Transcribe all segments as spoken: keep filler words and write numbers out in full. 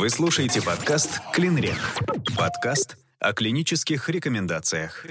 Вы слушаете подкаст «Клинрек». Подкаст о клинических рекомендациях.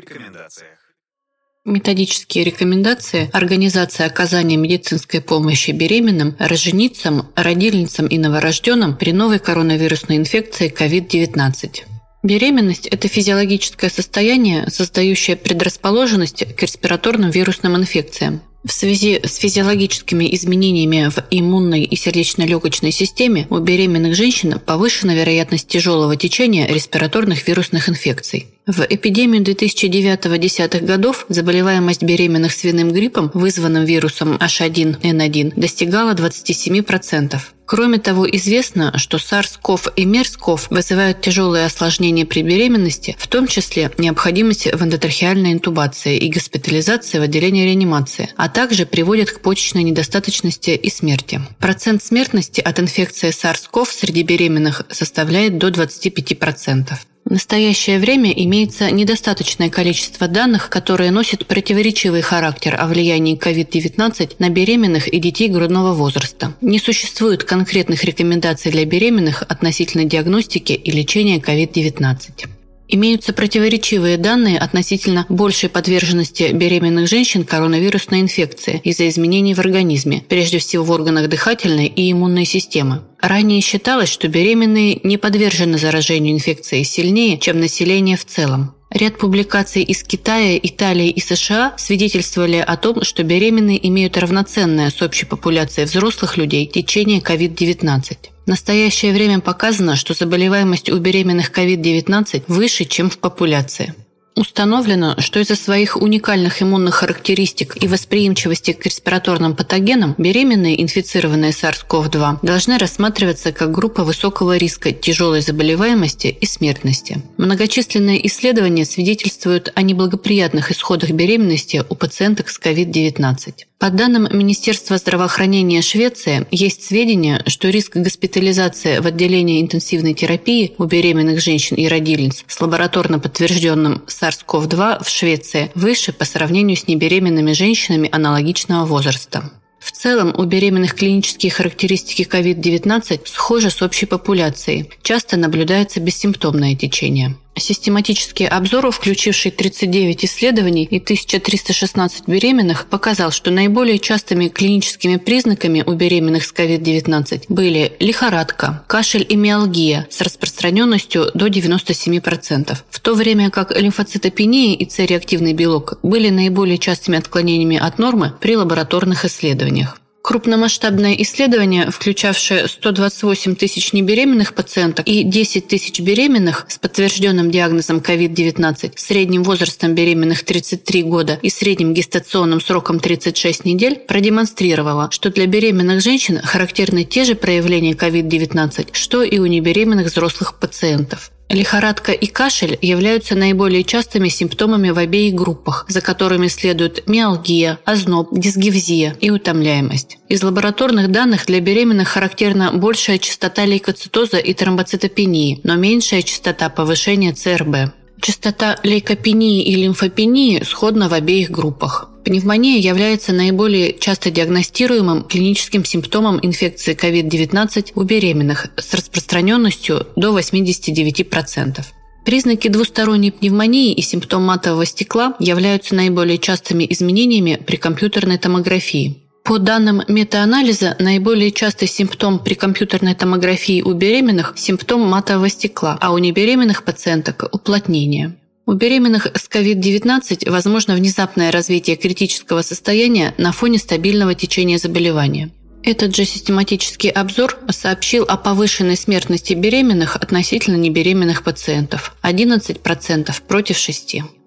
Методические рекомендации Организации оказания медицинской помощи беременным, роженицам, родильницам и новорожденным при новой коронавирусной инфекции ковид девятнадцать. Беременность – это физиологическое состояние, создающее предрасположенность к респираторным вирусным инфекциям. В связи с физиологическими изменениями в иммунной и сердечно-легочной системе у беременных женщин повышена вероятность тяжелого течения респираторных вирусных инфекций. В эпидемию две тысячи девятого — две тысячи десятого годов заболеваемость беременных свиным гриппом, вызванным вирусом эйч один эн один, достигала двадцать семь процентов. Кроме того, известно, что сарс-ков и мерс-ков вызывают тяжелые осложнения при беременности, в том числе необходимость в эндотрахеальной интубации и госпитализации в отделении реанимации, а также приводят к почечной недостаточности и смерти. Процент смертности от инфекции сарс-ков среди беременных составляет до двадцати пяти процентов. В настоящее время имеется недостаточное количество данных, которые носят противоречивый характер о влиянии ковид девятнадцать на беременных и детей грудного возраста. Не существует конкретных рекомендаций для беременных относительно диагностики и лечения ковид девятнадцать. Имеются противоречивые данные относительно большей подверженности беременных женщин коронавирусной инфекции из-за изменений в организме, прежде всего в органах дыхательной и иммунной системы. Ранее считалось, что беременные не подвержены заражению инфекцией сильнее, чем население в целом. Ряд публикаций из Китая, Италии и США свидетельствовали о том, что беременные имеют равноценное с общей популяцией взрослых людей течение ковид девятнадцать. В настоящее время показано, что заболеваемость у беременных ковид девятнадцать выше, чем в популяции. Установлено, что из-за своих уникальных иммунных характеристик и восприимчивости к респираторным патогенам беременные, инфицированные сарс-ков два, должны рассматриваться как группа высокого риска тяжелой заболеваемости и смертности. Многочисленные исследования свидетельствуют о неблагоприятных исходах беременности у пациенток с ковид девятнадцать. По данным Министерства здравоохранения Швеции, есть сведения, что риск госпитализации в отделении интенсивной терапии у беременных женщин и родильниц с лабораторно подтвержденным сарс-ков два в Швеции выше по сравнению с небеременными женщинами аналогичного возраста. В целом, у беременных клинические характеристики ковид девятнадцать схожи с общей популяцией. Часто наблюдается бессимптомное течение. Систематический обзор, включивший тридцать девять исследований и тысяча триста шестнадцать беременных, показал, что наиболее частыми клиническими признаками у беременных с ковид девятнадцать были лихорадка, кашель и миалгия с распространенностью до девяноста семи процентов, в то время как лимфоцитопения и С-реактивный белок были наиболее частыми отклонениями от нормы при лабораторных исследованиях. Крупномасштабное исследование, включавшее сто двадцать восемь тысяч небеременных пациенток и десять тысяч беременных с подтвержденным диагнозом ковид девятнадцать, средним возрастом беременных тридцать три года и средним гестационным сроком тридцать шесть недель, продемонстрировало, что для беременных женщин характерны те же проявления ковид девятнадцать, что и у небеременных взрослых пациентов. Лихорадка и кашель являются наиболее частыми симптомами в обеих группах, за которыми следуют миалгия, озноб, дисгевзия и утомляемость. Из лабораторных данных для беременных характерна большая частота лейкоцитоза и тромбоцитопении, но меньшая частота повышения Цэ Эр Бэ. Частота лейкопении и лимфопении сходна в обеих группах. Пневмония является наиболее часто диагностируемым клиническим симптомом инфекции ковид девятнадцать у беременных с распространенностью до восьмидесяти девяти процентов. Признаки двусторонней пневмонии и симптом матового стекла являются наиболее частыми изменениями при компьютерной томографии. По данным метаанализа, наиболее частый симптом при компьютерной томографии у беременных – симптом матового стекла, а у небеременных пациенток – уплотнение. У беременных с ковид девятнадцать возможно внезапное развитие критического состояния на фоне стабильного течения заболевания. Этот же систематический обзор сообщил о повышенной смертности беременных относительно небеременных пациентов – одиннадцать процентов против шести процентов.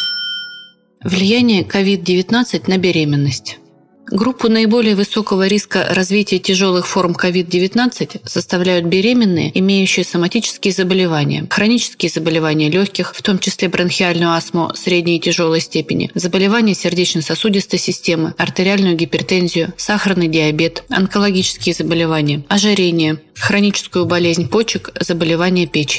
Влияние ковид девятнадцать на беременность. Группу наиболее высокого риска развития тяжелых форм ковид девятнадцать составляют беременные, имеющие соматические заболевания, хронические заболевания легких, в том числе бронхиальную астму средней и тяжелой степени, заболевания сердечно-сосудистой системы, артериальную гипертензию, сахарный диабет, онкологические заболевания, ожирение, хроническую болезнь почек, заболевания печени.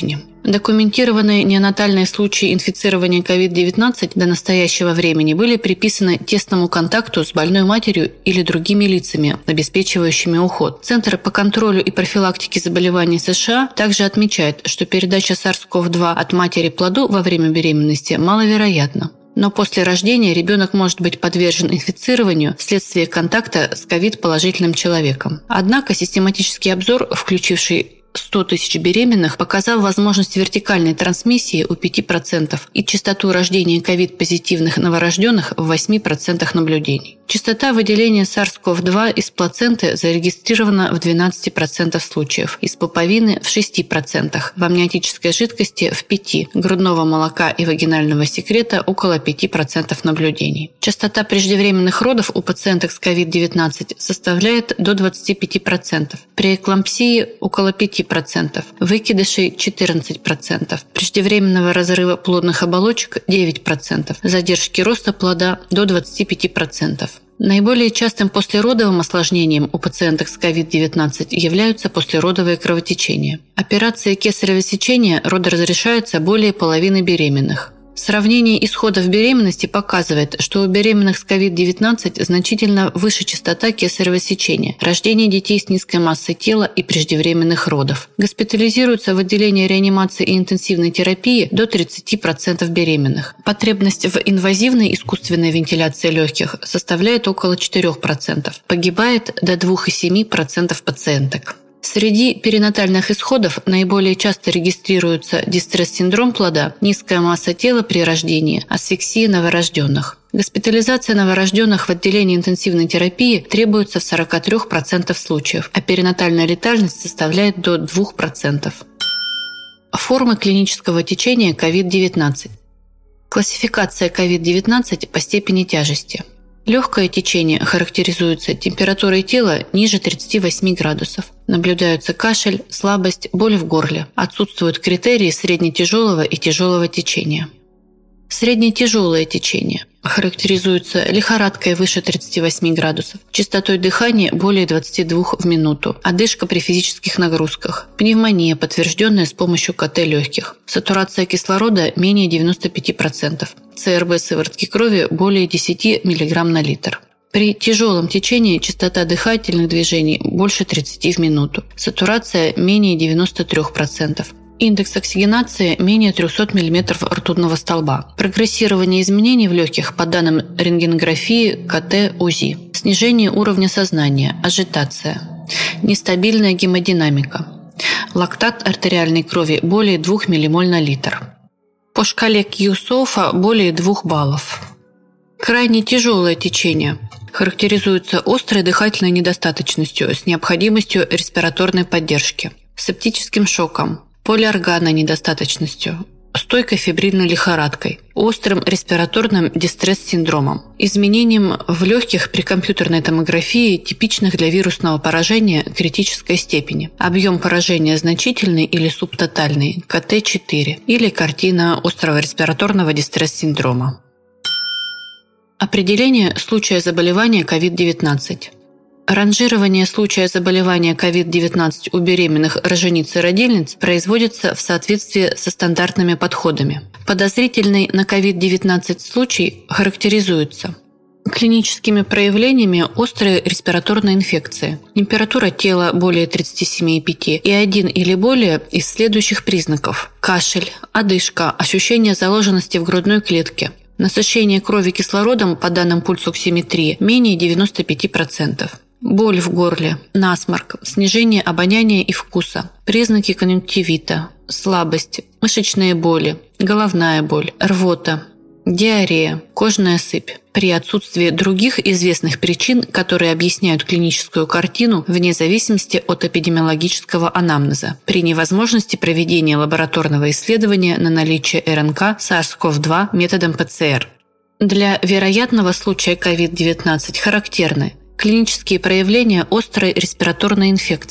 Документированные неонатальные случаи инфицирования ковид девятнадцать до настоящего времени были приписаны тесному контакту с больной матерью или другими лицами, обеспечивающими уход. Центр по контролю и профилактике заболеваний США также отмечает, что передача сарс ков два от матери плоду во время беременности маловероятна. Но после рождения ребенок может быть подвержен инфицированию вследствие контакта с ковид-положительным человеком. Однако систематический обзор, включивший сто тысяч беременных, показал возможность вертикальной трансмиссии у пяти процентов и частоту рождения ковид-позитивных новорожденных в восьми процентах наблюдений. Частота выделения сарс ков два из плаценты зарегистрирована в двенадцати процентах случаев, из пуповины в шести процентах, в амниотической жидкости в пяти процентах, грудного молока и вагинального секрета около пяти процентов наблюдений. Частота преждевременных родов у пациенток с ковид девятнадцать составляет до двадцати пяти процентов, при эклампсии около пяти процентов, выкидышей четырнадцать процентов, преждевременного разрыва плодных оболочек девять процентов, задержки роста плода до двадцати пяти процентов. Наиболее частым послеродовым осложнением у пациенток с ковид девятнадцать являются послеродовые кровотечения. Операцией кесарево сечения родоразрешаются более половины беременных. Сравнение исходов беременности показывает, что у беременных с ковид девятнадцать значительно выше частота кесарево сечения, рождение детей с низкой массой тела и преждевременных родов. Госпитализируются в отделении реанимации и интенсивной терапии до тридцати процентов беременных. Потребность в инвазивной искусственной вентиляции легких составляет около четырёх процентов. Погибает до двух целых семи десятых процента пациенток. Среди перинатальных исходов наиболее часто регистрируются дистресс-синдром плода, низкая масса тела при рождении, асфиксия новорожденных. Госпитализация новорожденных в отделении интенсивной терапии требуется в сорока трёх процентах случаев, а перинатальная летальность составляет до двух процентов. Формы клинического течения ковид девятнадцать. Классификация ковид девятнадцать по степени тяжести. Легкое течение характеризуется температурой тела ниже тридцати восьми градусов. Наблюдаются кашель, слабость, боль в горле. Отсутствуют критерии среднетяжелого и тяжелого течения. Среднетяжелое течение характеризуется лихорадкой выше тридцати восьми градусов, частотой дыхания более двадцати двух в минуту, одышка при физических нагрузках, пневмония, подтвержденная с помощью ка тэ легких, сатурация кислорода менее девяноста пяти процентов, цэ эр бэ сыворотки крови более десяти миллиграмм на литр. При тяжелом течении частота дыхательных движений больше тридцати в минуту, сатурация менее девяноста трёх процентов. Индекс оксигенации менее трёхсот миллиметров ртутного столба. Прогрессирование изменений в легких по данным рентгенографии, ка тэ, у зэ и. Снижение уровня сознания, ажитация. Нестабильная гемодинамика. Лактат артериальной крови более двух миллимоль на литр. По шкале Кьюсофа более двух баллов. Крайне тяжелое течение характеризуется острой дыхательной недостаточностью с необходимостью респираторной поддержки, септическим шоком, полиорганной недостаточностью, стойкой фебрильной лихорадкой, острым респираторным дистресс-синдромом, изменением в легких при компьютерной томографии, типичных для вирусного поражения критической степени, объем поражения значительный или субтотальный, ка тэ четыре, или картина острого респираторного дистресс-синдрома. Определение случая заболевания ковид девятнадцать. Ранжирование случая заболевания ковид девятнадцать у беременных рожениц и родильниц производится в соответствии со стандартными подходами. Подозрительный на ковид девятнадцать случай характеризуется клиническими проявлениями острой респираторной инфекции, температура тела более тридцати семи и пяти и один или более из следующих признаков: кашель, одышка, ощущение заложенности в грудной клетке, насыщение крови кислородом по данным пульсоксиметрии менее девяноста пяти процентов. Боль в горле, насморк, снижение обоняния и вкуса, признаки конъюнктивита, слабость, мышечные боли, головная боль, рвота, диарея, кожная сыпь. При отсутствии других известных причин, которые объясняют клиническую картину вне зависимости от эпидемиологического анамнеза, при невозможности проведения лабораторного исследования на наличие эр эн ка сарс ков два методом пэ цэ эр. Для вероятного случая ковид девятнадцать характерны клинические проявления острой респираторной инфекции,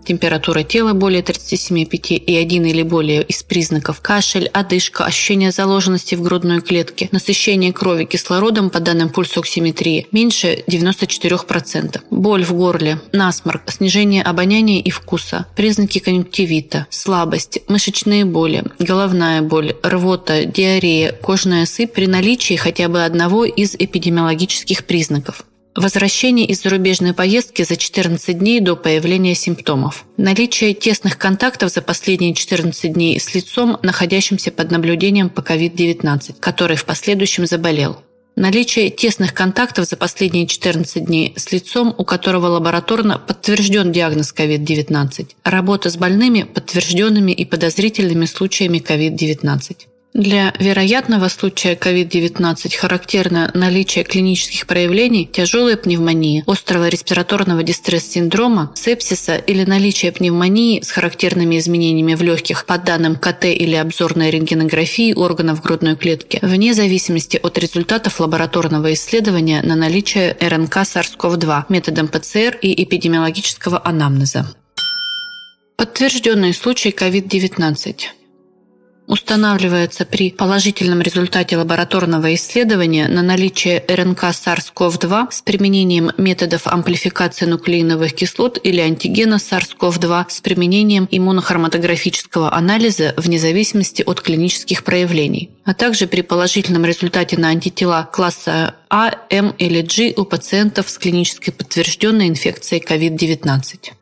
температура тела более тридцати семи и пяти и один или более из признаков, кашель, одышка, ощущение заложенности в грудной клетке, насыщение крови кислородом по данным пульсоксиметрии меньше девяноста четырёх процентов, боль в горле, насморк, снижение обоняния и вкуса, признаки конъюнктивита, слабость, мышечные боли, головная боль, рвота, диарея, кожная сыпь при наличии хотя бы одного из эпидемиологических признаков. Возвращение из зарубежной поездки за четырнадцать дней до появления симптомов. Наличие тесных контактов за последние четырнадцать дней с лицом, находящимся под наблюдением по ковид девятнадцать, который в последующем заболел. Наличие тесных контактов за последние четырнадцать дней с лицом, у которого лабораторно подтвержден диагноз ковид девятнадцать. Работа с больными, подтвержденными и подозрительными случаями ковид девятнадцать. Для вероятного случая ковид девятнадцать характерно наличие клинических проявлений тяжелой пневмонии, острого респираторного дистресс-синдрома, сепсиса или наличие пневмонии с характерными изменениями в легких по данным ка тэ или обзорной рентгенографии органов грудной клетки, вне зависимости от результатов лабораторного исследования на наличие эр эн ка сарс ков два методом пэ цэ эр и эпидемиологического анамнеза. Подтвержденные случаи ковид девятнадцать. Устанавливается при положительном результате лабораторного исследования на наличие эр эн ка сарс ков два с применением методов амплификации нуклеиновых кислот или антигена сарс ков два с применением иммунохроматографического анализа вне зависимости от клинических проявлений, а также при положительном результате на антитела класса А, М или G у пациентов с клинической подтвержденной инфекцией ковид девятнадцать.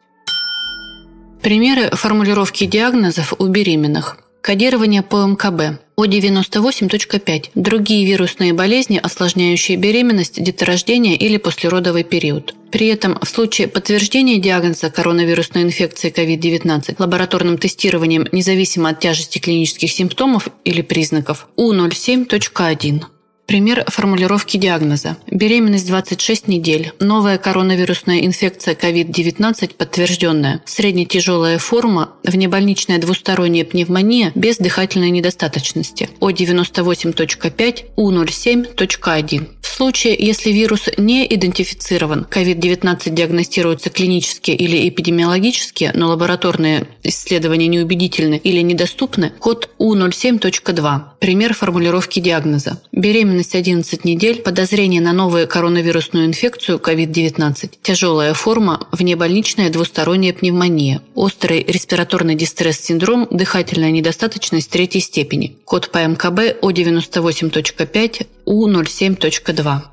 Примеры формулировки диагнозов у беременных. Кодирование по эм ка бэ. О девяносто восемь точка пять. Другие вирусные болезни, осложняющие беременность, деторождение или послеродовый период. При этом в случае подтверждения диагноза коронавирусной инфекции ковид девятнадцать лабораторным тестированием независимо от тяжести клинических симптомов или признаков У ноль семь точка один. Пример формулировки диагноза. Беременность двадцать шесть недель. Новая коронавирусная инфекция ковид девятнадцать подтвержденная. Среднетяжелая форма. Внебольничная двусторонняя пневмония без дыхательной недостаточности. О девяносто восемь точка пять. У ноль семь точка один. В случае, если вирус не идентифицирован, ковид девятнадцать диагностируется клинически или эпидемиологически, но лабораторные исследования неубедительны или недоступны, код У ноль семь точка два. Пример формулировки диагноза. Беременность одиннадцать недель, подозрение на новую коронавирусную инфекцию ковид девятнадцать, тяжелая форма, внебольничная двусторонняя пневмония, острый респираторный дистресс-синдром, дыхательная недостаточность третьей степени. Код по эм ка бэ О девяносто восемь точка пять, У ноль семь точка два.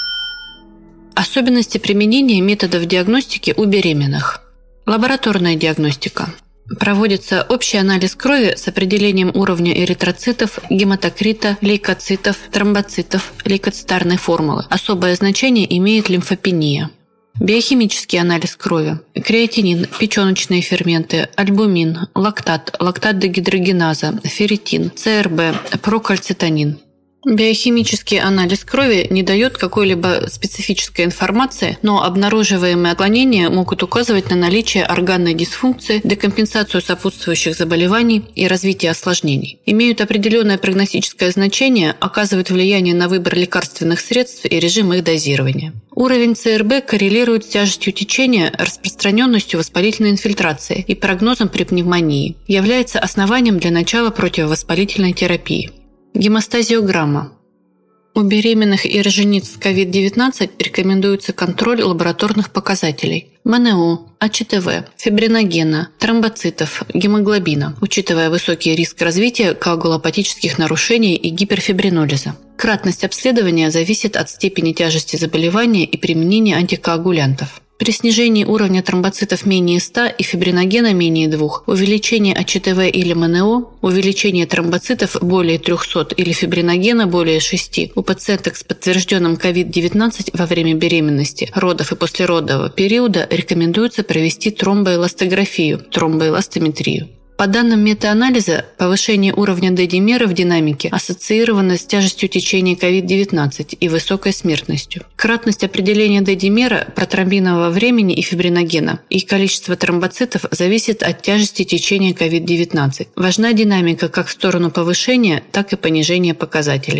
Особенности применения методов диагностики у беременных. Лабораторная диагностика. Проводится общий анализ крови с определением уровня эритроцитов, гематокрита, лейкоцитов, тромбоцитов, лейкоцитарной формулы. Особое значение имеет лимфопения. Биохимический анализ крови. Креатинин, печёночные ферменты, альбумин, лактат, лактат-дегидрогеназа, ферритин, цэ эр бэ, прокальцитонин. Биохимический анализ крови не дает какой-либо специфической информации, но обнаруживаемые отклонения могут указывать на наличие органной дисфункции, декомпенсацию сопутствующих заболеваний и развитие осложнений. Имеют определенное прогностическое значение, оказывают влияние на выбор лекарственных средств и режим их дозирования. Уровень цэ эр бэ коррелирует с тяжестью течения, распространенностью воспалительной инфильтрации и прогнозом при пневмонии, является основанием для начала противовоспалительной терапии. Гемостазиограмма. У беременных и рожениц с ковид девятнадцать рекомендуется контроль лабораторных показателей эм эн о, а че тэ вэ, фибриногена, тромбоцитов, гемоглобина, учитывая высокий риск развития коагулопатических нарушений и гиперфибринолиза. Кратность обследования зависит от степени тяжести заболевания и применения антикоагулянтов. При снижении уровня тромбоцитов менее ста и фибриногена менее двух, увеличение а че тэ вэ или эм эн о, увеличение тромбоцитов более трёхсот или фибриногена более шести у пациенток с подтвержденным ковид девятнадцать во время беременности, родов и послеродового периода рекомендуется провести тромбоэластографию, тромбоэластометрию. По данным метаанализа, повышение уровня Д-димера в динамике ассоциировано с тяжестью течения ковид девятнадцать и высокой смертностью. Кратность определения Д-димера, протромбинового времени и фибриногена и количество тромбоцитов зависит от тяжести течения ковид девятнадцать. Важна динамика как в сторону повышения, так и понижения показателей.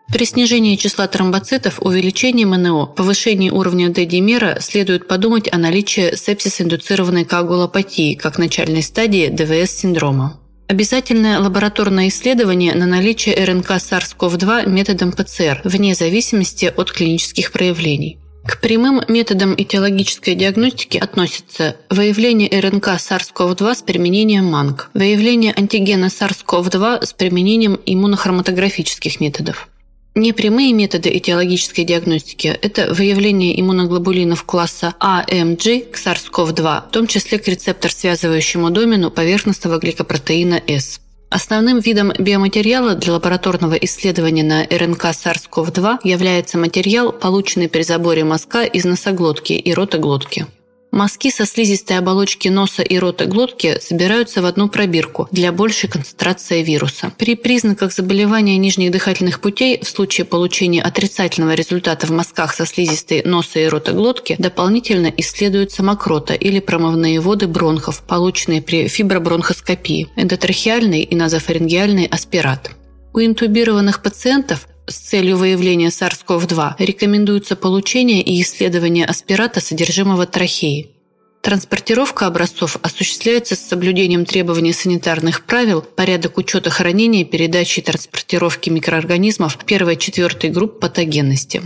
При снижении числа тромбоцитов, увеличении эм эн о, повышении уровня Д-димера следует подумать о наличии сепсис-индуцированной коагулопатии как начальной стадии дэ вэ эс-синдрома. Обязательное лабораторное исследование на наличие эр эн ка сарс ков два методом пэ цэ эр, вне зависимости от клинических проявлений. К прямым методам этиологической диагностики относятся выявление эр эн ка сарс ков два с применением МАНК, выявление антигена сарс ков два с применением иммунохроматографических методов. Непрямые методы этиологической диагностики – это выявление иммуноглобулинов класса А эм джи к сарс ков два, в том числе к рецептор-связывающему домену поверхностного гликопротеина С. Основным видом биоматериала для лабораторного исследования на эр эн ка сарс ков два является материал, полученный при заборе мазка из носоглотки и ротоглотки. Мазки со слизистой оболочки носа и ротоглотки собираются в одну пробирку для большей концентрации вируса. При признаках заболевания нижних дыхательных путей в случае получения отрицательного результата в мазках со слизистой носа и ротоглотки дополнительно исследуются мокрота или промывные воды бронхов, полученные при фибробронхоскопии, эндотрахеальный и назофарингеальный аспират. У интубированных пациентов с целью выявления сарс ков два рекомендуется получение и исследование аспирата содержимого трахеи. Транспортировка образцов осуществляется с соблюдением требований санитарных правил, порядок учета хранения, передачи и транспортировки микроорганизмов первой-четвертой групп патогенности.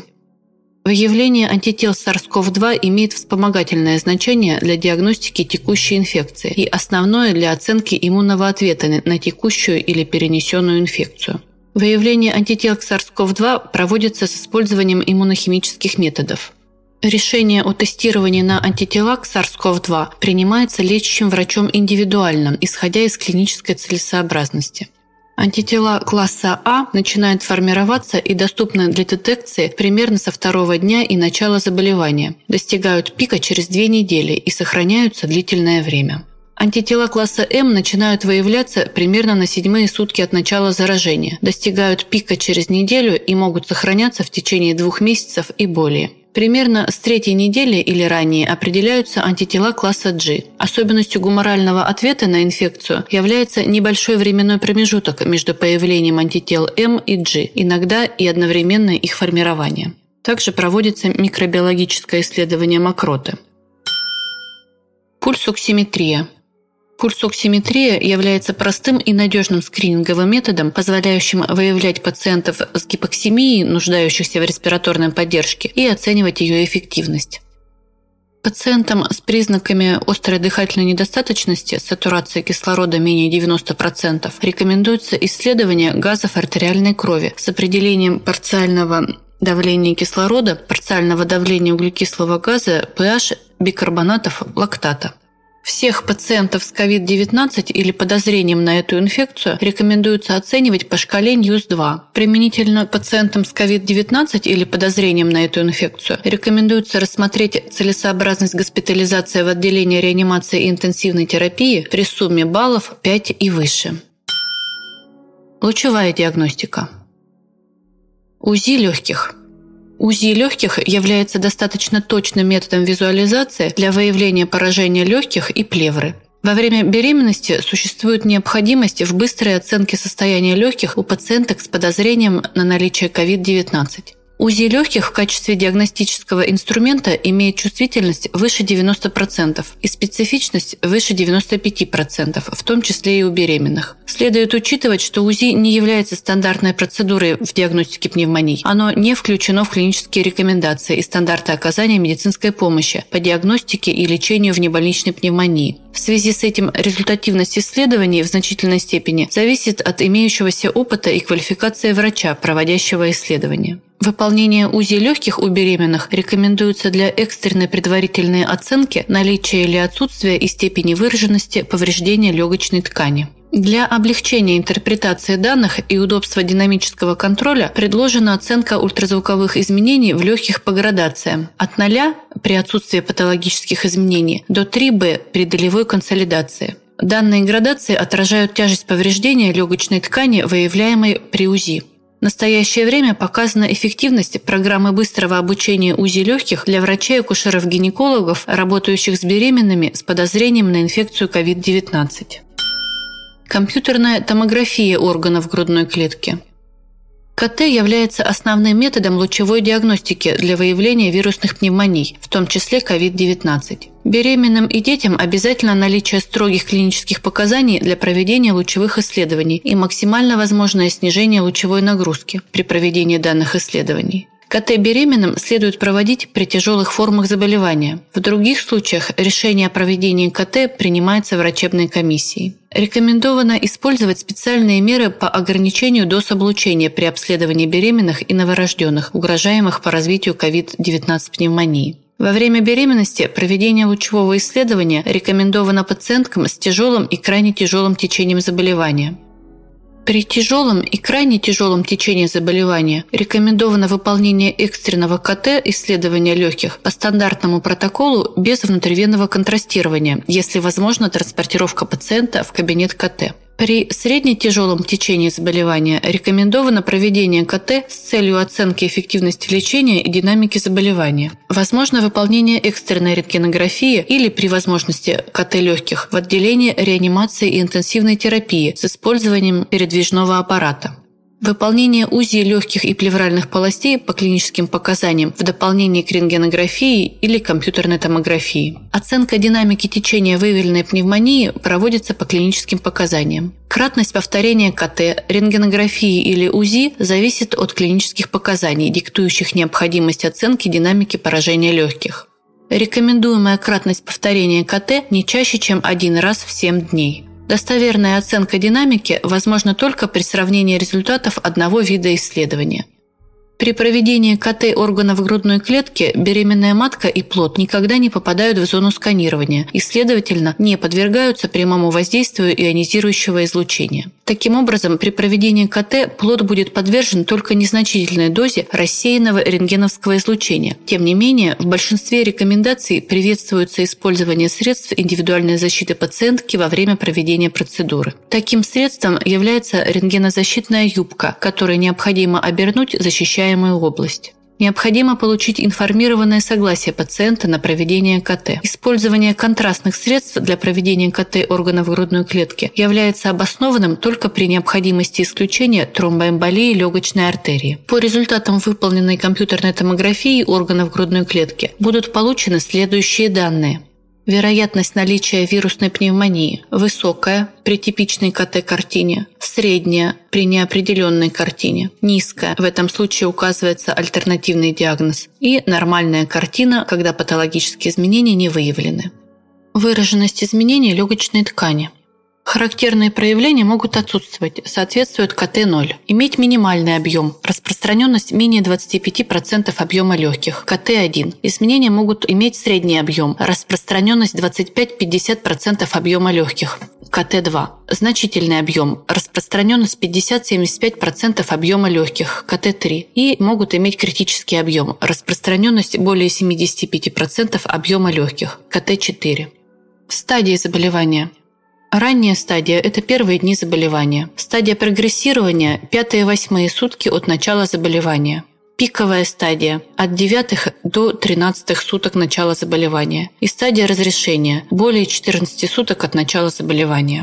Выявление антител сарс ков два имеет вспомогательное значение для диагностики текущей инфекции и основное для оценки иммунного ответа на текущую или перенесенную инфекцию. Выявление антител к сарс ков два проводится с использованием иммунохимических методов. Решение о тестировании на антитела к сарс ков два принимается лечащим врачом индивидуально, исходя из клинической целесообразности. Антитела класса А начинают формироваться и доступны для детекции примерно со второго дня и начала заболевания, достигают пика через две недели и сохраняются длительное время. Антитела класса М начинают выявляться примерно на седьмые сутки от начала заражения, достигают пика через неделю и могут сохраняться в течение двух месяцев и более. Примерно с третьей недели или ранее определяются антитела класса G. Особенностью гуморального ответа на инфекцию является небольшой временной промежуток между появлением антител М и G, иногда и одновременное их формирование. Также проводится микробиологическое исследование мокроты. Пульсоксиметрия. Пульсоксиметрия является простым и надежным скрининговым методом, позволяющим выявлять пациентов с гипоксемией, нуждающихся в респираторной поддержке, и оценивать ее эффективность. Пациентам с признаками острой дыхательной недостаточности с сатурацией кислорода менее девяноста процентов рекомендуется исследование газов артериальной крови с определением парциального давления кислорода, парциального давления углекислого газа, pH бикарбонатов лактата. Всех пациентов с ковид девятнадцать или подозрением на эту инфекцию рекомендуется оценивать по шкале Ньюс два. Применительно к пациентам с ковид девятнадцать или подозрением на эту инфекцию рекомендуется рассмотреть целесообразность госпитализации в отделении реанимации и интенсивной терапии при сумме баллов пять и выше. Лучевая диагностика. УЗИ легких. УЗИ легких является достаточно точным методом визуализации для выявления поражения легких и плевры. Во время беременности существует необходимость в быстрой оценке состояния легких у пациенток с подозрением на наличие ковид девятнадцать. УЗИ легких в качестве диагностического инструмента имеет чувствительность выше девяноста процентов и специфичность выше девяноста пяти процентов, в том числе и у беременных. Следует учитывать, что УЗИ не является стандартной процедурой в диагностике пневмонии. Оно не включено в клинические рекомендации и стандарты оказания медицинской помощи по диагностике и лечению внебольничной пневмонии. В связи с этим результативность исследований в значительной степени зависит от имеющегося опыта и квалификации врача, проводящего исследование. Выполнение УЗИ легких у беременных рекомендуется для экстренной предварительной оценки наличия или отсутствия и степени выраженности повреждения легочной ткани. Для облегчения интерпретации данных и удобства динамического контроля предложена оценка ультразвуковых изменений в легких по градациям от ноля при отсутствии патологических изменений до три бэ при долевой консолидации. Данные градации отражают тяжесть повреждения легочной ткани, выявляемой при УЗИ. В настоящее время показана эффективность программы быстрого обучения УЗИ легких для врачей-акушеров-гинекологов, работающих с беременными с подозрением на инфекцию ковид девятнадцать. Компьютерная томография органов грудной клетки. КТ является основным методом лучевой диагностики для выявления вирусных пневмоний, в том числе ковид девятнадцать. Беременным и детям обязательно наличие строгих клинических показаний для проведения лучевых исследований и максимально возможное снижение лучевой нагрузки при проведении данных исследований. КТ беременным следует проводить при тяжелых формах заболевания. В других случаях решение о проведении КТ принимается врачебной комиссией. Рекомендовано использовать специальные меры по ограничению доз облучения при обследовании беременных и новорожденных, угрожаемых по развитию ковид девятнадцать пневмонии. Во время беременности проведение лучевого исследования рекомендовано пациенткам с тяжелым и крайне тяжелым течением заболевания. При тяжелом и крайне тяжелом течении заболевания рекомендовано выполнение экстренного КТ исследования легких по стандартному протоколу без внутривенного контрастирования, если возможна транспортировка пациента в кабинет КТ. При средне-тяжелом течении заболевания рекомендовано проведение КТ с целью оценки эффективности лечения и динамики заболевания. Возможно выполнение экстренной рентгенографии или, при возможности, КТ легких в отделении реанимации и интенсивной терапии с использованием передвижного аппарата. Выполнение УЗИ легких и плевральных полостей по клиническим показаниям в дополнение к рентгенографии или компьютерной томографии. Оценка динамики течения выявленной пневмонии проводится по клиническим показаниям. Кратность повторения КТ, рентгенографии или УЗИ зависит от клинических показаний, диктующих необходимость оценки динамики поражения легких. Рекомендуемая кратность повторения КТ не чаще, чем один раз в семь дней. Достоверная оценка динамики возможна только при сравнении результатов одного вида исследования. При проведении КТ органов грудной клетки беременная матка и плод никогда не попадают в зону сканирования и, следовательно, не подвергаются прямому воздействию ионизирующего излучения. Таким образом, при проведении КТ плод будет подвержен только незначительной дозе рассеянного рентгеновского излучения. Тем не менее, в большинстве рекомендаций приветствуется использование средств индивидуальной защиты пациентки во время проведения процедуры. Таким средством является рентгенозащитная юбка, которую необходимо обернуть, защищая область. Необходимо получить информированное согласие пациента на проведение КТ. Использование контрастных средств для проведения КТ органов грудной клетки является обоснованным только при необходимости исключения тромбоэмболии легочной артерии. По результатам выполненной компьютерной томографии органов грудной клетки будут получены следующие данные. Вероятность наличия вирусной пневмонии высокая при типичной КТ-картине, средняя при неопределенной картине, низкая, в этом случае указывается альтернативный диагноз, и нормальная картина, когда патологические изменения не выявлены. Выраженность изменений легочной ткани. Характерные проявления могут отсутствовать, соответствует КТ ноль. Иметь минимальный объем, распространенность менее двадцати пяти процентов объема легких, КТ один. Изменения могут иметь средний объем, распространенность двадцать пять - пятьдесят процентов объема легких, КТ два. Значительный объем, распространенность пятьдесят - семьдесят пять процентов объема легких, КТ три. И могут иметь критический объем, распространенность более семидесяти пяти процентов объема легких, КТ четыре. Стадии заболевания. Ранняя стадия – это первые дни заболевания. Стадия прогрессирования – пятые-восьмые сутки от начала заболевания. Пиковая стадия – от девятых до тринадцатых суток начала заболевания. И стадия разрешения – более четырнадцати суток от начала заболевания.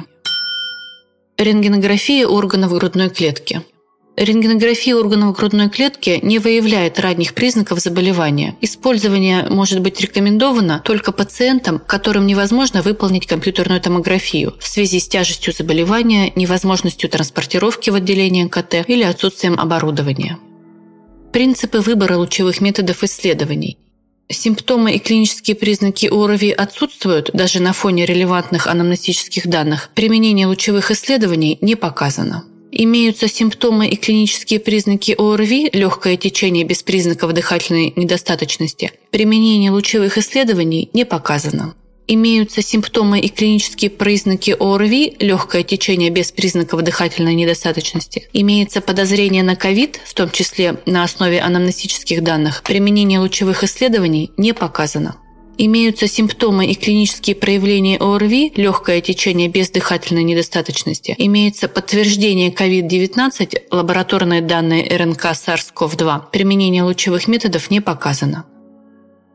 Рентгенография органов грудной клетки. Рентгенография органов грудной клетки не выявляет ранних признаков заболевания. Использование может быть рекомендовано только пациентам, которым невозможно выполнить компьютерную томографию в связи с тяжестью заболевания, невозможностью транспортировки в отделение КТ или отсутствием оборудования. Принципы выбора лучевых методов исследований. Симптомы и клинические признаки ОРВИ отсутствуют даже на фоне релевантных анамнестических данных. Применение лучевых исследований не показано. Имеются симптомы и клинические признаки ОРВИ, легкое течение без признаков дыхательной недостаточности. Применение лучевых исследований не показано. Имеются симптомы и клинические признаки ОРВИ, легкое течение без признаков дыхательной недостаточности. Имеется подозрение на ковид, в том числе на основе анамнестических данных. Применение лучевых исследований не показано. Имеются симптомы и клинические проявления ОРВИ, легкое течение без дыхательной недостаточности. Имеется подтверждение ковид девятнадцать, лабораторные данные РНК SARS-ков два. Применение лучевых методов не показано.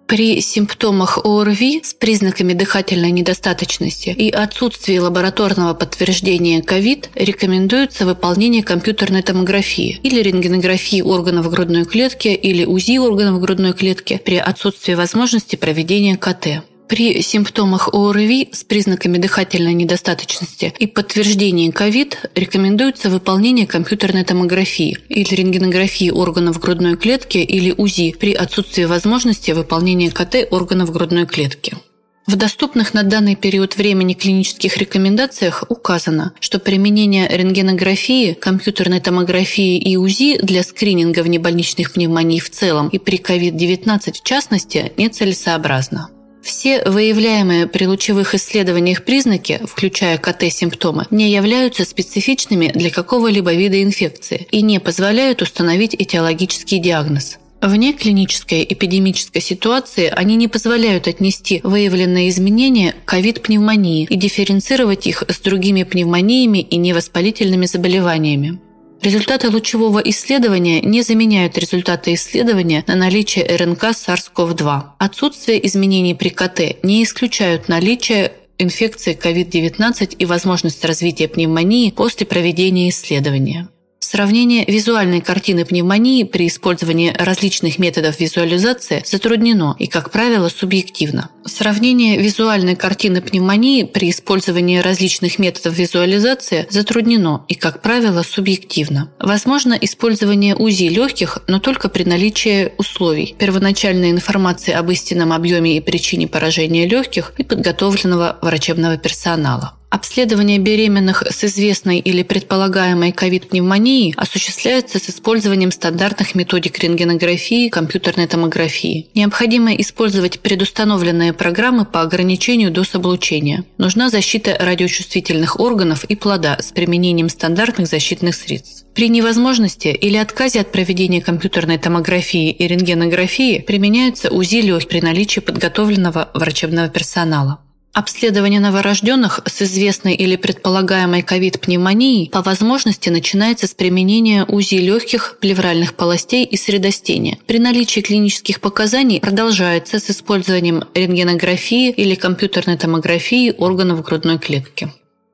При симптомах ОРВИ с признаками дыхательной недостаточности и отсутствии лабораторного подтверждения ковид рекомендуется выполнение компьютерной томографии или рентгенографии органов грудной клетки или УЗИ органов грудной клетки при отсутствии возможности проведения КТ. При симптомах ОРВИ с признаками дыхательной недостаточности и подтверждении ковид рекомендуется выполнение компьютерной томографии или рентгенографии органов грудной клетки или УЗИ при отсутствии возможности выполнения КТ органов грудной клетки. В доступных на данный период времени клинических рекомендациях указано, что применение рентгенографии, компьютерной томографии и УЗИ для скрининга внебольничных пневмоний в целом и при ковид девятнадцать в частности нецелесообразно. Все выявляемые при лучевых исследованиях признаки, включая КТ-симптомы, не являются специфичными для какого-либо вида инфекции и не позволяют установить этиологический диагноз. Вне клинической эпидемической ситуации они не позволяют отнести выявленные изменения к ковид-пневмонии и дифференцировать их с другими пневмониями и невоспалительными заболеваниями. Результаты лучевого исследования не заменяют результаты исследования на наличие РНК SARS ков два. Отсутствие изменений при КТ не исключают наличие инфекции ковид девятнадцать и возможность развития пневмонии после проведения исследования. Сравнение визуальной картины пневмонии при использовании различных методов визуализации затруднено и, как правило, субъективно. Сравнение визуальной картины пневмонии при использовании различных методов визуализации затруднено и, как правило, субъективно. Возможно использование УЗИ легких, но только при наличии условий: первоначальной информации об истинном объеме и причине поражения легких и подготовленного врачебного персонала. Обследование беременных с известной или предполагаемой ковид-пневмонией осуществляется с использованием стандартных методик рентгенографии и компьютерной томографии. Необходимо использовать предустановленные программы по ограничению доз облучения. Нужна защита радиочувствительных органов и плода с применением стандартных защитных средств. При невозможности или отказе от проведения компьютерной томографии и рентгенографии применяются УЗИ легких при наличии подготовленного врачебного персонала. Обследование новорожденных с известной или предполагаемой ковид-пневмонией по возможности начинается с применения УЗИ легких, плевральных полостей и средостения. При наличии клинических показаний продолжается с использованием рентгенографии или компьютерной томографии органов грудной клетки.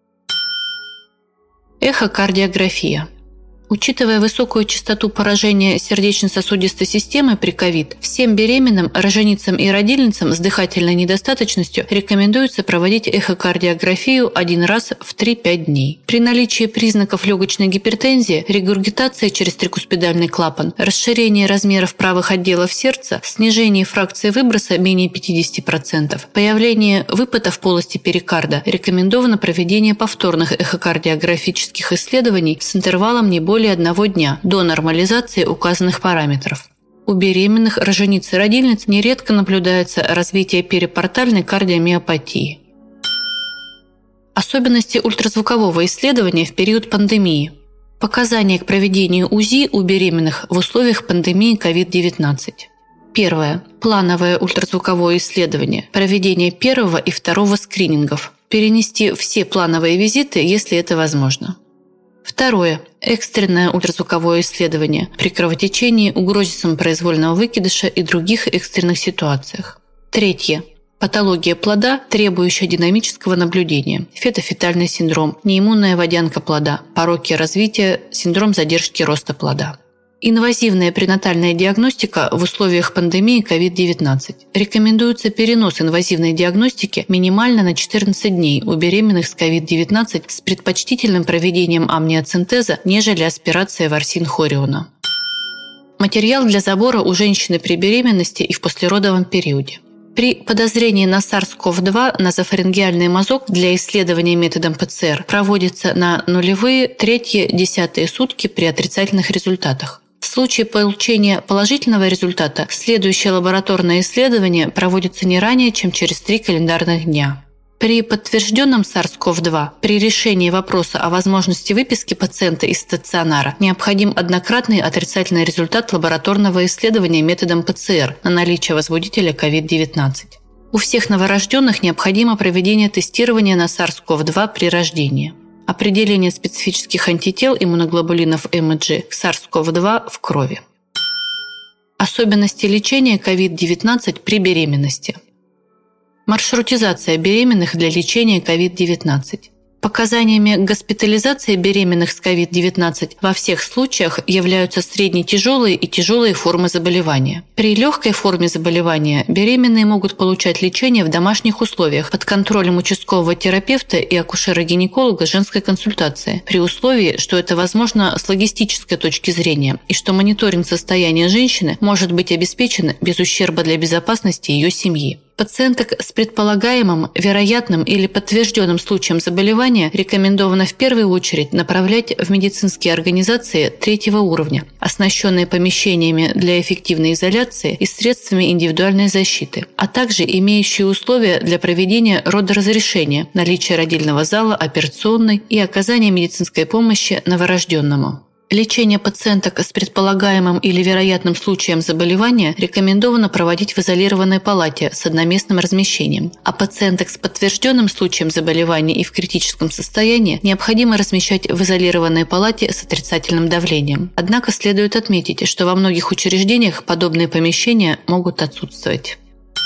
Эхокардиография. Учитывая высокую частоту поражения сердечно-сосудистой системы при ковид, всем беременным, роженицам и родильницам с дыхательной недостаточностью рекомендуется проводить эхокардиографию один раз в три-пять дней. При наличии признаков легочной гипертензии, регургитации через трикуспидальный клапан, расширении размеров правых отделов сердца, снижении фракции выброса менее пятьдесят процентов, появлении выпада в полости перикарда, рекомендовано проведение повторных эхокардиографических исследований с интервалом не более более одного дня до нормализации указанных параметров. У беременных, рожениц и родильниц нередко наблюдается развитие перипортальной кардиомиопатии. Особенности ультразвукового исследования в период пандемии. Показания к проведению УЗИ у беременных в условиях пандемии ковид девятнадцать. Первое. Плановое ультразвуковое исследование. Проведение первого и второго скринингов. Перенести все плановые визиты, если это возможно. Второе. Экстренное ультразвуковое исследование при кровотечении, угрозе самопроизвольного выкидыша и других экстренных ситуациях. Третье. Патология плода, требующая динамического наблюдения. Фетофетальный синдром, неиммунная водянка плода, пороки развития, синдром задержки роста плода. Инвазивная пренатальная диагностика в условиях пандемии ковид девятнадцать. Рекомендуется перенос инвазивной диагностики минимально на четырнадцать дней у беременных с ковид девятнадцать с предпочтительным проведением амниоцентеза, нежели аспирация ворсин-хориона. Материал для забора у женщины при беременности и в послеродовом периоде. При подозрении на SARS ков два назофарингеальный мазок для исследования методом ПЦР проводится на нулевые, третьи, десятые сутки при отрицательных результатах. В случае получения положительного результата следующее лабораторное исследование проводится не ранее, чем через три календарных дня. При подтвержденном SARS ков два при решении вопроса о возможности выписки пациента из стационара необходим однократный отрицательный результат лабораторного исследования методом ПЦР на наличие возбудителя ковид девятнадцать. У всех новорожденных необходимо проведение тестирования на SARS ков два при рождении. Определение специфических антител иммуноглобулинов эм и джи к SARS ков два в крови. Особенности лечения ковид девятнадцать при беременности. Маршрутизация беременных для лечения ковид девятнадцать. Показаниями госпитализации беременных с ковид девятнадцать во всех случаях являются средне-тяжелые и тяжелые формы заболевания. При легкой форме заболевания беременные могут получать лечение в домашних условиях под контролем участкового терапевта и акушера-гинеколога женской консультации, при условии, что это возможно с логистической точки зрения и что мониторинг состояния женщины может быть обеспечен без ущерба для безопасности ее семьи. Пациенток с предполагаемым, вероятным или подтвержденным случаем заболевания рекомендовано в первую очередь направлять в медицинские организации третьего уровня, оснащенные помещениями для эффективной изоляции и средствами индивидуальной защиты, а также имеющие условия для проведения родоразрешения, наличие родильного зала, операционной и оказания медицинской помощи новорожденному. Лечение пациенток с предполагаемым или вероятным случаем заболевания рекомендовано проводить в изолированной палате с одноместным размещением, а пациенток с подтвержденным случаем заболевания и в критическом состоянии необходимо размещать в изолированной палате с отрицательным давлением. Однако следует отметить, что во многих учреждениях подобные помещения могут отсутствовать.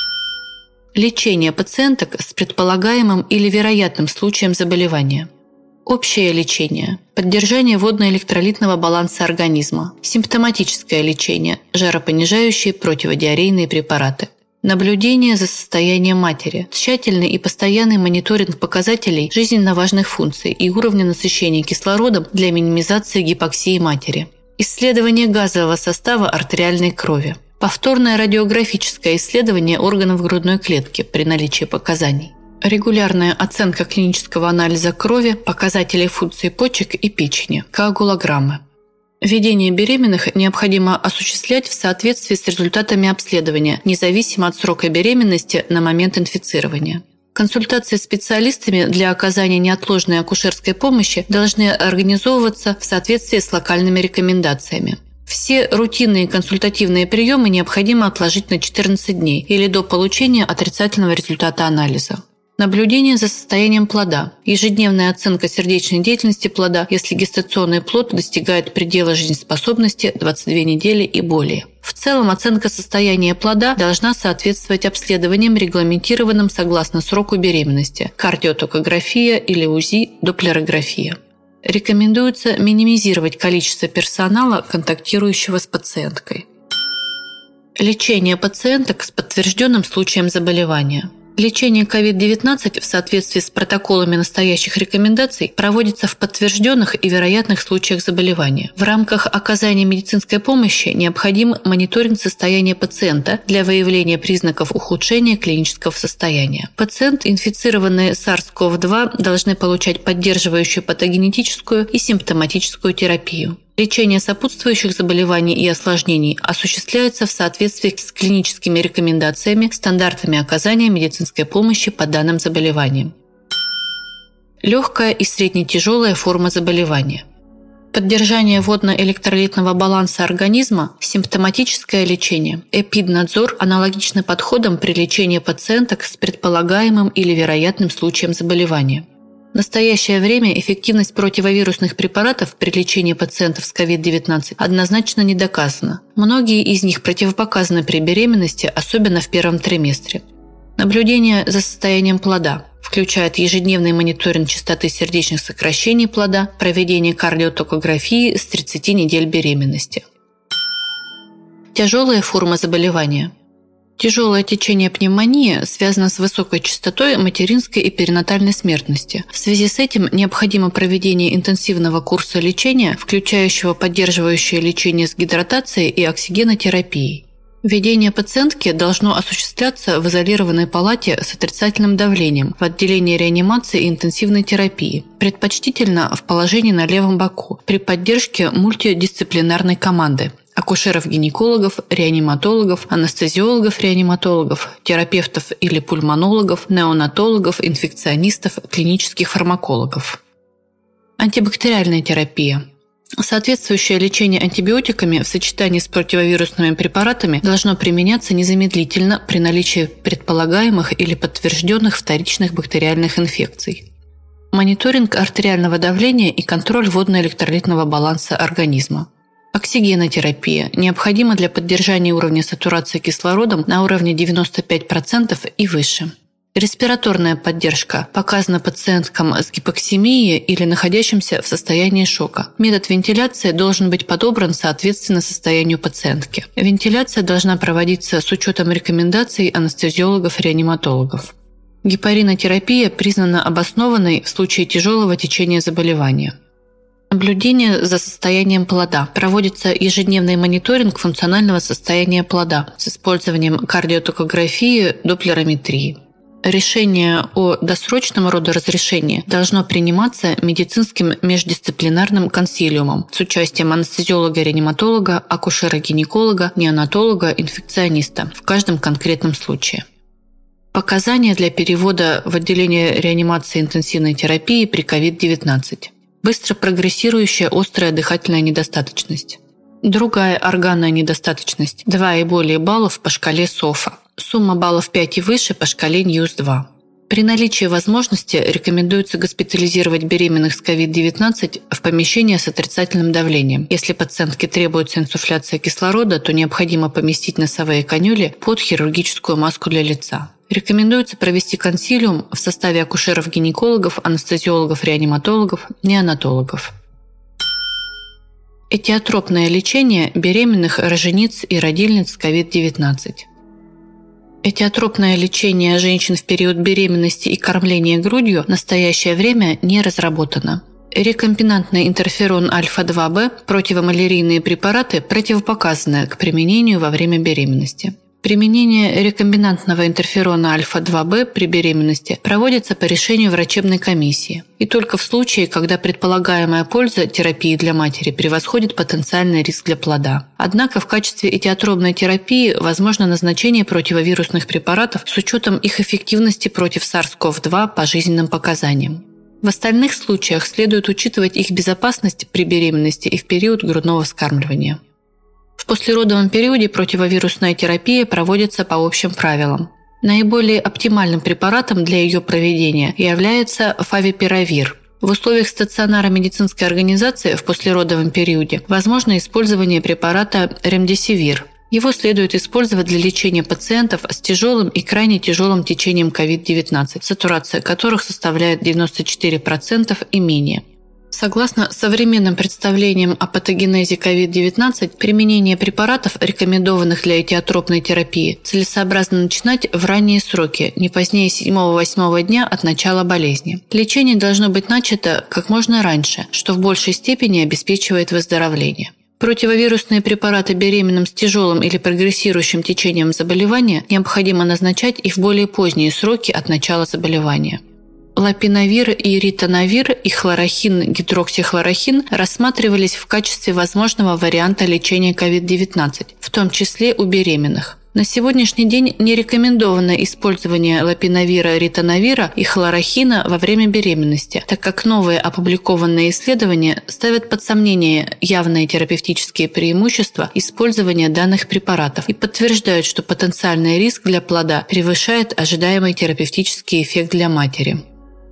Лечение пациенток с предполагаемым или вероятным случаем заболевания. Общее лечение, поддержание водно-электролитного баланса организма, симптоматическое лечение, жаропонижающие противодиарейные препараты, наблюдение за состоянием матери, тщательный и постоянный мониторинг показателей жизненно важных функций и уровня насыщения кислородом для минимизации гипоксии матери, исследование газового состава артериальной крови, повторное радиографическое исследование органов грудной клетки при наличии показаний. Регулярная оценка клинического анализа крови, показателей функций почек и печени, коагулограммы. Ведение беременных необходимо осуществлять в соответствии с результатами обследования, независимо от срока беременности на момент инфицирования. Консультации с специалистами для оказания неотложной акушерской помощи должны организовываться в соответствии с локальными рекомендациями. Все рутинные консультативные приемы необходимо отложить на четырнадцать дней или до получения отрицательного результата анализа. Наблюдение за состоянием плода. Ежедневная оценка сердечной деятельности плода, если гестационный плод достигает предела жизнеспособности двадцать две недели и более. В целом оценка состояния плода должна соответствовать обследованиям, регламентированным согласно сроку беременности – кардиотокография или УЗИ, доплерография. Рекомендуется минимизировать количество персонала, контактирующего с пациенткой. Лечение пациенток с подтвержденным случаем заболевания. Лечение ковид девятнадцать в соответствии с протоколами настоящих рекомендаций проводится в подтвержденных и вероятных случаях заболевания. В рамках оказания медицинской помощи необходим мониторинг состояния пациента для выявления признаков ухудшения клинического состояния. Пациент, инфицированный сарс ков два, должны получать поддерживающую патогенетическую и симптоматическую терапию. Лечение сопутствующих заболеваний и осложнений осуществляется в соответствии с клиническими рекомендациями, стандартами оказания медицинской помощи по данным заболеваниям. Легкая и средне-тяжелая форма заболевания. Поддержание водно-электролитного баланса организма, симптоматическое лечение, эпиднадзор аналогичны подходам при лечении пациенток с предполагаемым или вероятным случаем заболевания. В настоящее время эффективность противовирусных препаратов при лечении пациентов с ковид девятнадцать однозначно не доказана. Многие из них противопоказаны при беременности, особенно в первом триместре. Наблюдение за состоянием плода включает ежедневный мониторинг частоты сердечных сокращений плода, проведение кардиотокографии с тридцати недель беременности. Тяжелая форма заболевания. Тяжелое течение пневмонии связано с высокой частотой материнской и перинатальной смертности. В связи с этим необходимо проведение интенсивного курса лечения, включающего поддерживающее лечение с гидратацией и оксигенотерапией. Введение пациентки должно осуществляться в изолированной палате с отрицательным давлением в отделении реанимации и интенсивной терапии, предпочтительно в положении на левом боку, при поддержке мультидисциплинарной команды – акушеров-гинекологов, реаниматологов, анестезиологов-реаниматологов, терапевтов или пульмонологов, неонатологов, инфекционистов, клинических фармакологов. Антибактериальная терапия. Соответствующее лечение антибиотиками в сочетании с противовирусными препаратами должно применяться незамедлительно при наличии предполагаемых или подтвержденных вторичных бактериальных инфекций. Мониторинг артериального давления и контроль водно-электролитного баланса организма. Оксигенотерапия необходима для поддержания уровня сатурации кислородом на уровне девяносто пять процентов и выше. Респираторная поддержка показана пациенткам с гипоксимией или находящимся в состоянии шока. Метод вентиляции должен быть подобран соответственно состоянию пациентки. Вентиляция должна проводиться с учетом рекомендаций анестезиологов-реаниматологов. Гепаринотерапия признана обоснованной в случае тяжелого течения заболевания. Наблюдение за состоянием плода. Проводится ежедневный мониторинг функционального состояния плода с использованием кардиотокографии, доплерометрии. Решение о досрочном родоразрешении должно приниматься медицинским междисциплинарным консилиумом с участием анестезиолога-реаниматолога, акушера-гинеколога, неонатолога, инфекциониста в каждом конкретном случае. Показания для перевода в отделение реанимации интенсивной терапии при ковид девятнадцать. Быстро прогрессирующая острая дыхательная недостаточность. Другая органная недостаточность – два и более баллов по шкале СОФа. Сумма баллов пять и выше по шкале ньюс два. При наличии возможности рекомендуется госпитализировать беременных с ковид девятнадцать в помещение с отрицательным давлением. Если пациентке требуется инсуфляция кислорода, то необходимо поместить носовые канюли под хирургическую маску для лица. Рекомендуется провести консилиум в составе акушеров-гинекологов, анестезиологов-реаниматологов, неонатологов. Этиотропное лечение беременных рожениц и родильниц с ковид девятнадцать. Этиотропное лечение женщин в период беременности и кормления грудью в настоящее время не разработано. Рекомбинантный интерферон альфа два бэ – противомалярийные препараты противопоказаны к применению во время беременности. Применение рекомбинантного интерферона альфа два бэ при беременности проводится по решению врачебной комиссии и только в случае, когда предполагаемая польза терапии для матери превосходит потенциальный риск для плода. Однако в качестве этиотропной терапии возможно назначение противовирусных препаратов с учетом их эффективности против сарс ков два по жизненным показаниям. В остальных случаях следует учитывать их безопасность при беременности и в период грудного вскармливания. В послеродовом периоде противовирусная терапия проводится по общим правилам. Наиболее оптимальным препаратом для ее проведения является фавипиравир. В условиях стационара медицинской организации в послеродовом периоде возможно использование препарата ремдесивир. Его следует использовать для лечения пациентов с тяжелым и крайне тяжелым течением ковид девятнадцать, сатурация которых составляет девяносто четыре процента и менее. Согласно современным представлениям о патогенезе ковид девятнадцать, применение препаратов, рекомендованных для этиотропной терапии, целесообразно начинать в ранние сроки, не позднее седьмого-восьмого дня от начала болезни. Лечение должно быть начато как можно раньше, что в большей степени обеспечивает выздоровление. Противовирусные препараты беременным с тяжелым или прогрессирующим течением заболевания необходимо назначать и в более поздние сроки от начала заболевания. Лапинавир и ритонавир и хлорохин-гидроксихлорохин рассматривались в качестве возможного варианта лечения ковид девятнадцать, в том числе у беременных. На сегодняшний день не рекомендовано использование лапинавира, ритонавира и хлорохина во время беременности, так как новые опубликованные исследования ставят под сомнение явные терапевтические преимущества использования данных препаратов и подтверждают, что потенциальный риск для плода превышает ожидаемый терапевтический эффект для матери.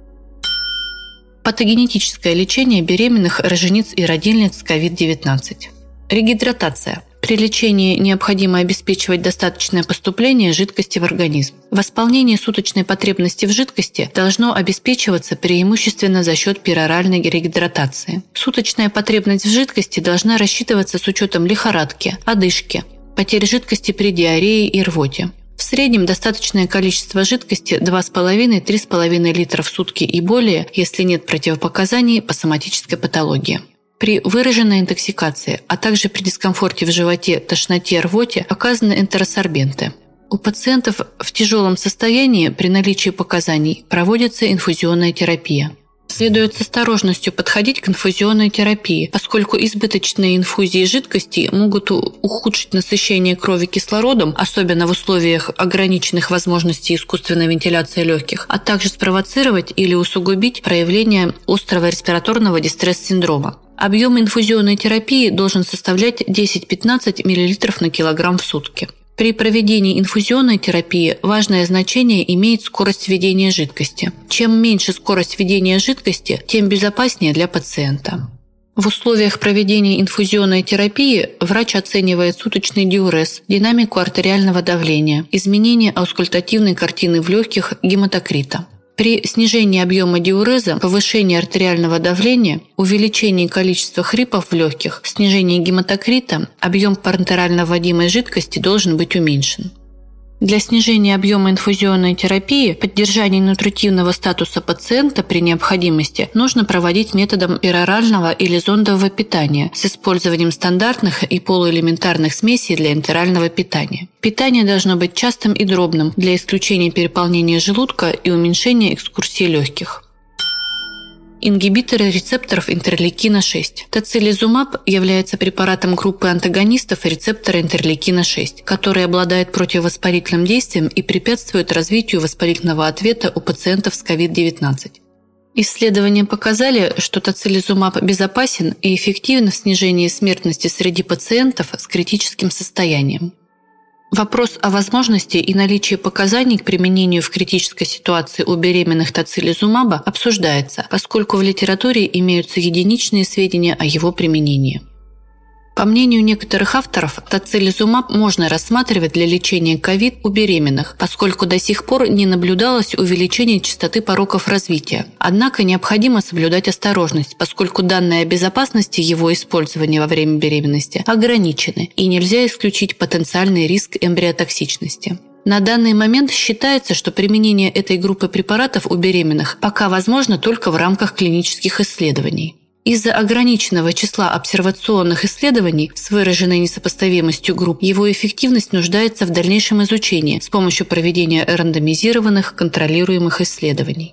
Патогенетическое лечение беременных рожениц и родильниц с ковид девятнадцать. Регидратация. При лечении необходимо обеспечивать достаточное поступление жидкости в организм. Восполнение суточной потребности в жидкости должно обеспечиваться преимущественно за счет пероральной регидратации. Суточная потребность в жидкости должна рассчитываться с учетом лихорадки, одышки, потери жидкости при диарее и рвоте. В среднем достаточное количество жидкости два с половиной - три с половиной литра в сутки и более, если нет противопоказаний по соматической патологии. При выраженной интоксикации, а также при дискомфорте в животе, тошноте, рвоте оказаны энтеросорбенты. У пациентов в тяжелом состоянии при наличии показаний проводится инфузионная терапия. Следует с осторожностью подходить к инфузионной терапии, поскольку избыточные инфузии жидкости могут ухудшить насыщение крови кислородом, особенно в условиях ограниченных возможностей искусственной вентиляции легких, а также спровоцировать или усугубить проявление острого респираторного дистресс-синдрома. Объем инфузионной терапии должен составлять десять-пятнадцать миллилитров на килограмм в сутки. При проведении инфузионной терапии важное значение имеет скорость введения жидкости. Чем меньше скорость введения жидкости, тем безопаснее для пациента. В условиях проведения инфузионной терапии врач оценивает суточный диурез, динамику артериального давления, изменение аускультативной картины в легких, гематокрита. При снижении объема диуреза, повышении артериального давления, увеличении количества хрипов в легких, снижении гематокрита, объем парентерально вводимой жидкости должен быть уменьшен. Для снижения объема инфузионной терапии, поддержания нутритивного статуса пациента при необходимости нужно проводить методом перорального или зондового питания с использованием стандартных и полуэлементарных смесей для энтерального питания. Питание должно быть частым и дробным для исключения переполнения желудка и уменьшения экскурсии легких. Ингибиторы рецепторов интерлейкина шесть. Тоцилизумаб является препаратом группы антагонистов рецептора интерлейкина шесть, который обладает противовоспалительным действием и препятствует развитию воспалительного ответа у пациентов с ковид девятнадцать. Исследования показали, что тоцилизумаб безопасен и эффективен в снижении смертности среди пациентов с критическим состоянием. Вопрос о возможности и наличии показаний к применению в критической ситуации у беременных тоцилизумаба обсуждается, поскольку в литературе имеются единичные сведения о его применении. По мнению некоторых авторов, тоцилизумаб можно рассматривать для лечения ковид у беременных, поскольку до сих пор не наблюдалось увеличения частоты пороков развития. Однако необходимо соблюдать осторожность, поскольку данные о безопасности его использования во время беременности ограничены, и нельзя исключить потенциальный риск эмбриотоксичности. На данный момент считается, что применение этой группы препаратов у беременных пока возможно только в рамках клинических исследований. Из-за ограниченного числа обсервационных исследований с выраженной несопоставимостью групп его эффективность нуждается в дальнейшем изучении с помощью проведения рандомизированных контролируемых исследований.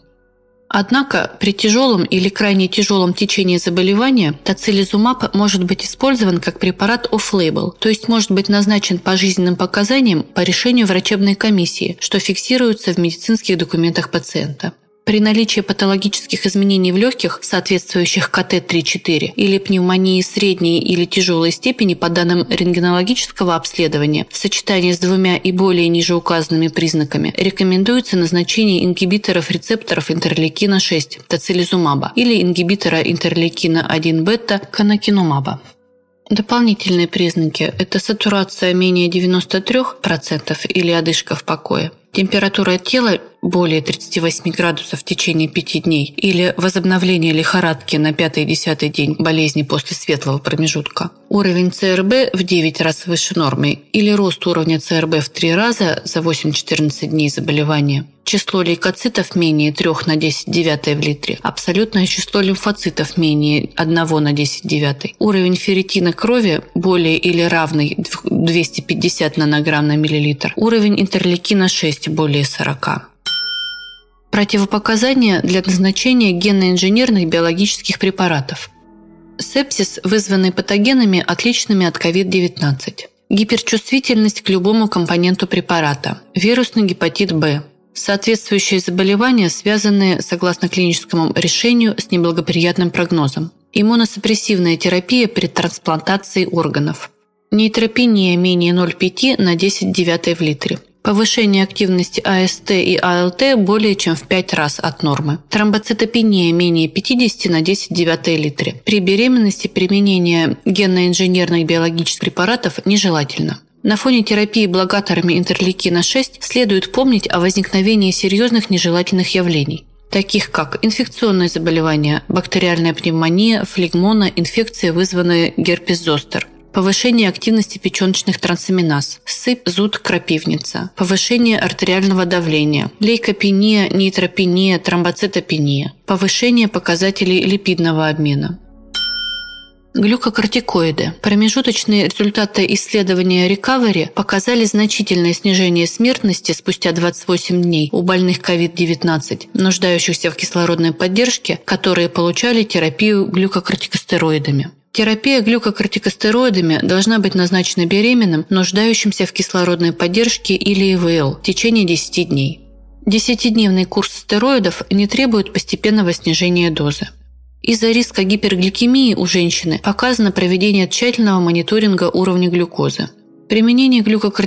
Однако при тяжелом или крайне тяжелом течении заболевания тоцилизумаб может быть использован как препарат off-label, то есть может быть назначен по жизненным показаниям по решению врачебной комиссии, что фиксируется в медицинских документах пациента. При наличии патологических изменений в легких, соответствующих ка тэ три-четыре, или пневмонии средней или тяжелой степени по данным рентгенологического обследования, в сочетании с двумя и более ниже указанными признаками, рекомендуется назначение ингибиторов рецепторов интерлейкина шесть тоцилизумаба или ингибитора интерлейкина один бета канакинумаба. Дополнительные признаки – это сатурация менее девяноста трёх процентов или одышка в покое, температура тела более тридцати восьми градусов в течение пяти дней или возобновление лихорадки на пятый-десятый день болезни после светлого промежутка, уровень цэ эр бэ в девять раз выше нормы или рост уровня цэ эр бэ в три раза за восемь-четырнадцать дней заболевания, число лейкоцитов менее трёх на десять девятых в литре, абсолютное число лимфоцитов менее одного на десять девятых, уровень ферритина крови более или равный двести пятьдесят нанограмм на миллилитр, уровень интерлейкина шесть более сорока. Противопоказания для назначения генно-инженерных биологических препаратов. Сепсис, вызванный патогенами, отличными от ковид девятнадцать. Гиперчувствительность к любому компоненту препарата. Вирусный гепатит Б. Соответствующие заболевания, связанные, согласно клиническому решению, с неблагоприятным прогнозом. Иммуносупрессивная терапия при трансплантации органов. Нейтропения менее ноль целых пять десятых на десять девятых в литре. Повышение активности а эс тэ и а эл тэ более чем в пять раз от нормы. Тромбоцитопения менее пятидесяти на десять девятых в литре. При беременности применение генно-инженерных биологических препаратов нежелательно. На фоне терапии блокаторами интерлейкина шесть следует помнить о возникновении серьезных нежелательных явлений, таких как инфекционные заболевания, бактериальная пневмония, флегмона, инфекции, вызванные герпес-зостер, повышение активности печёночных трансаминаз, сыпь, зуд, крапивница, повышение артериального давления, лейкопения, нейтропения, тромбоцитопения, повышение показателей липидного обмена. Глюкокортикоиды. Промежуточные результаты исследования Recovery показали значительное снижение смертности спустя двадцать восемь дней у больных ковид девятнадцать, нуждающихся в кислородной поддержке, которые получали терапию глюкокортикостероидами. Терапия глюкокортикостероидами должна быть назначена беременным, нуждающимся в кислородной поддержке или и вэ эл в течение десяти дней. Десятидневный курс стероидов не требует постепенного снижения дозы. Из-за риска гипергликемии у женщины показано проведение тщательного мониторинга уровня глюкозы. Применение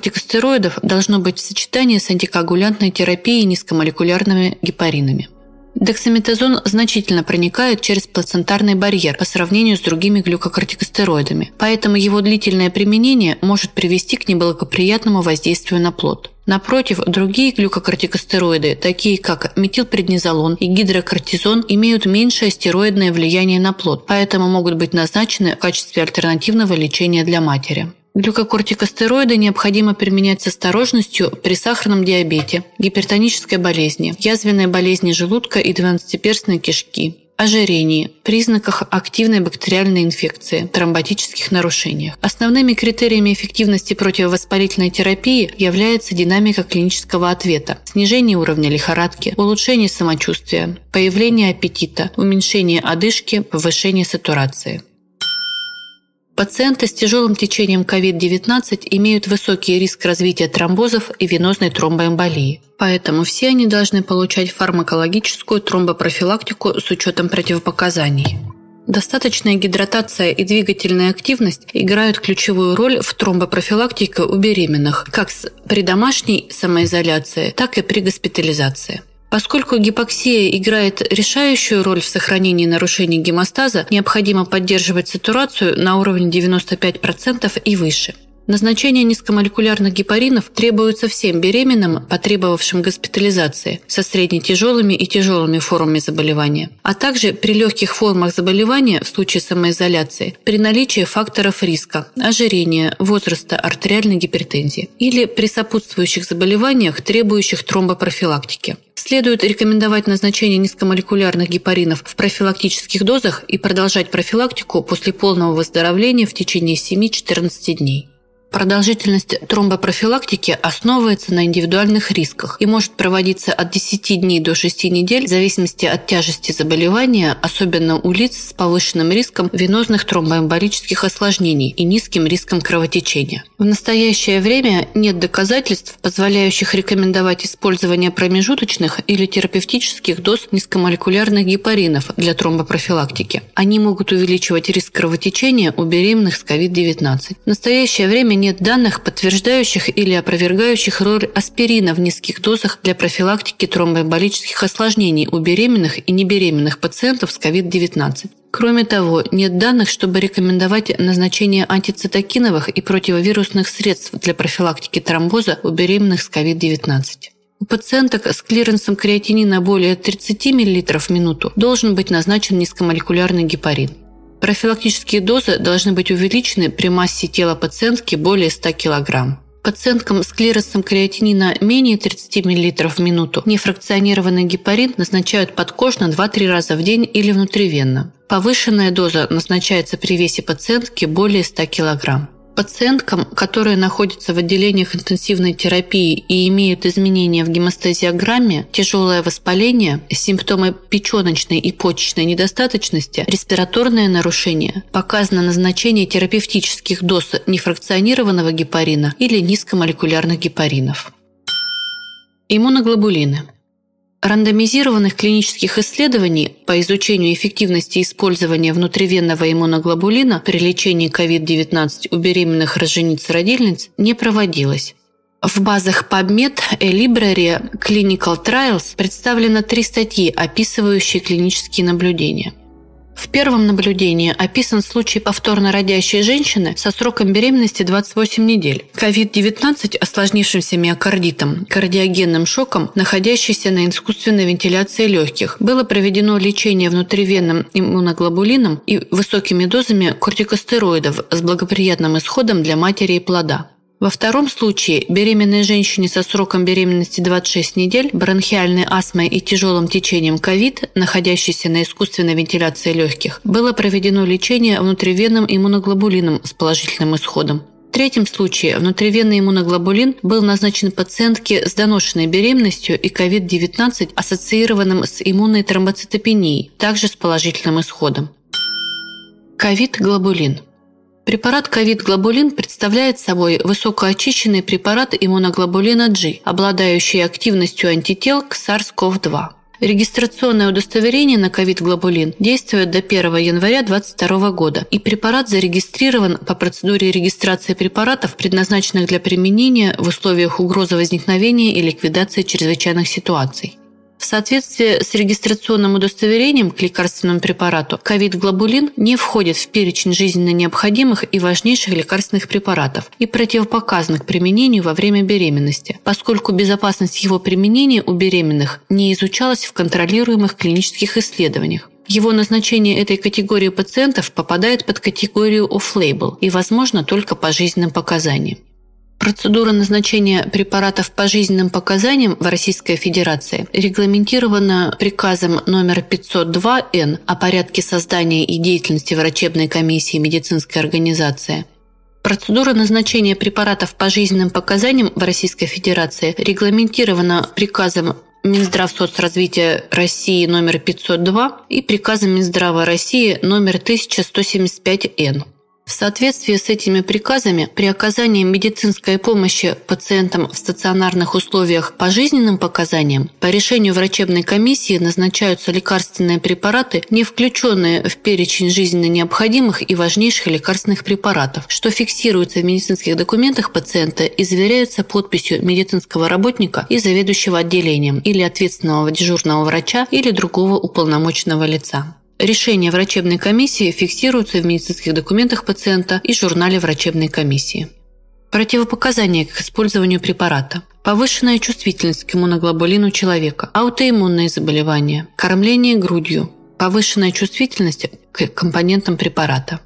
глюкокортикостероидов должно быть в сочетании с антикоагулянтной терапией низкомолекулярными гепаринами. Дексаметазон значительно проникает через плацентарный барьер по сравнению с другими глюкокортикостероидами, поэтому его длительное применение может привести к неблагоприятному воздействию на плод. Напротив, другие глюкокортикостероиды, такие как метилпреднизолон и гидрокортизон, имеют меньшее стероидное влияние на плод, поэтому могут быть назначены в качестве альтернативного лечения для матери. Глюкокортикостероиды необходимо применять с осторожностью при сахарном диабете, гипертонической болезни, язвенной болезни желудка и двенадцатиперстной кишки, ожирении, признаках активной бактериальной инфекции, тромботических нарушениях. Основными критериями эффективности противовоспалительной терапии является динамика клинического ответа, снижение уровня лихорадки, улучшение самочувствия, появление аппетита, уменьшение одышки, повышение сатурации. Пациенты с тяжелым течением ковид девятнадцать имеют высокий риск развития тромбозов и венозной тромбоэмболии. Поэтому все они должны получать фармакологическую тромбопрофилактику с учетом противопоказаний. Достаточная гидратация и двигательная активность играют ключевую роль в тромбопрофилактике у беременных, как при домашней самоизоляции, так и при госпитализации. Поскольку гипоксия играет решающую роль в сохранении нарушений гемостаза, необходимо поддерживать сатурацию на уровне девяносто пять процентов и выше. Назначение низкомолекулярных гепаринов требуется всем беременным, потребовавшим госпитализации, со среднетяжелыми и тяжелыми формами заболевания, а также при легких формах заболевания в случае самоизоляции при наличии факторов риска – ожирения, возраста, артериальной гипертензии или при сопутствующих заболеваниях, требующих тромбопрофилактики. Следует рекомендовать назначение низкомолекулярных гепаринов в профилактических дозах и продолжать профилактику после полного выздоровления в течение семи-четырнадцати дней. Продолжительность тромбопрофилактики основывается на индивидуальных рисках и может проводиться от десяти дней до шести недель в зависимости от тяжести заболевания, особенно у лиц с повышенным риском венозных тромбоэмболических осложнений и низким риском кровотечения. В настоящее время нет доказательств, позволяющих рекомендовать использование промежуточных или терапевтических доз низкомолекулярных гепаринов для тромбопрофилактики. Они могут увеличивать риск кровотечения у беременных с ковид девятнадцать. В настоящее время нет данных, подтверждающих или опровергающих роль аспирина в низких дозах для профилактики тромбоэмболических осложнений у беременных и небеременных пациентов с ковид девятнадцать. Кроме того, нет данных, чтобы рекомендовать назначение антицитокиновых и противовирусных средств для профилактики тромбоза у беременных с ковид девятнадцать. У пациенток с клиренсом креатинина более тридцати миллилитров в минуту должен быть назначен низкомолекулярный гепарин. Профилактические дозы должны быть увеличены при массе тела пациентки более ста килограмм. Пациенткам с клиренсом креатинина менее тридцати миллилитров в минуту нефракционированный гепарин назначают подкожно два-три раза в день или внутривенно. Повышенная доза назначается при весе пациентки более ста килограмм. Пациенткам, которые находятся в отделениях интенсивной терапии и имеют изменения в гемостазиограмме, тяжелое воспаление, симптомы печёночной и почечной недостаточности, респираторные нарушения, показано назначение терапевтических доз нефракционированного гепарина или низкомолекулярных гепаринов. Иммуноглобулины. Рандомизированных клинических исследований по изучению эффективности использования внутривенного иммуноглобулина при лечении ковид девятнадцать у беременных рожениц-родильниц не проводилось. В базах PubMed и Library Clinical Trials представлено три статьи, описывающие клинические наблюдения. В первом наблюдении описан случай повторно родящей женщины со сроком беременности двадцать восемь недель. ковид девятнадцать осложнившимся миокардитом, кардиогенным шоком, находящейся на искусственной вентиляции легких. Было проведено лечение внутривенным иммуноглобулином и высокими дозами кортикостероидов с благоприятным исходом для матери и плода. Во втором случае беременной женщине со сроком беременности двадцать шесть недель, бронхиальной астмой и тяжелым течением ковид, находящейся на искусственной вентиляции легких, было проведено лечение внутривенным иммуноглобулином с положительным исходом. В третьем случае внутривенный иммуноглобулин был назначен пациентке с доношенной беременностью и ковид девятнадцать, ассоциированным с иммунной тромбоцитопенией, также с положительным исходом. Ковид-глобулин. Препарат ковид-глобулин представляет собой высокоочищенный препарат иммуноглобулина G, обладающий активностью антител к сарс ков два. Регистрационное удостоверение на ковид-глобулин действует до первого января две тысячи двадцать второго года, и препарат зарегистрирован по процедуре регистрации препаратов, предназначенных для применения в условиях угрозы возникновения и ликвидации чрезвычайных ситуаций. В соответствии с регистрационным удостоверением к лекарственному препарату, ковид-глобулин не входит в перечень жизненно необходимых и важнейших лекарственных препаратов и противопоказан к применению во время беременности, поскольку безопасность его применения у беременных не изучалась в контролируемых клинических исследованиях. Его назначение этой категории пациентов попадает под категорию off-label и возможно только по жизненным показаниям. Процедура назначения препаратов по жизненным показаниям в Российской Федерации регламентирована приказом номер пятьсот два эн о порядке создания и деятельности врачебной комиссии медицинской организации. Процедура назначения препаратов по жизненным показаниям в Российской Федерации регламентирована приказом Минздравсоцразвития России номер пятьсот два и приказом Минздрава России номер тысяча сто семьдесят пять эн. В соответствии с этими приказами при оказании медицинской помощи пациентам в стационарных условиях по жизненным показаниям по решению врачебной комиссии назначаются лекарственные препараты, не включенные в перечень жизненно необходимых и важнейших лекарственных препаратов, что фиксируется в медицинских документах пациента и заверяются подписью медицинского работника и заведующего отделением или ответственного дежурного врача или другого уполномоченного лица. Решения врачебной комиссии фиксируются в медицинских документах пациента и журнале врачебной комиссии. Противопоказания к использованию препарата. Повышенная чувствительность к иммуноглобулину человека, аутоиммунные заболевания, кормление грудью, повышенная чувствительность к компонентам препарата.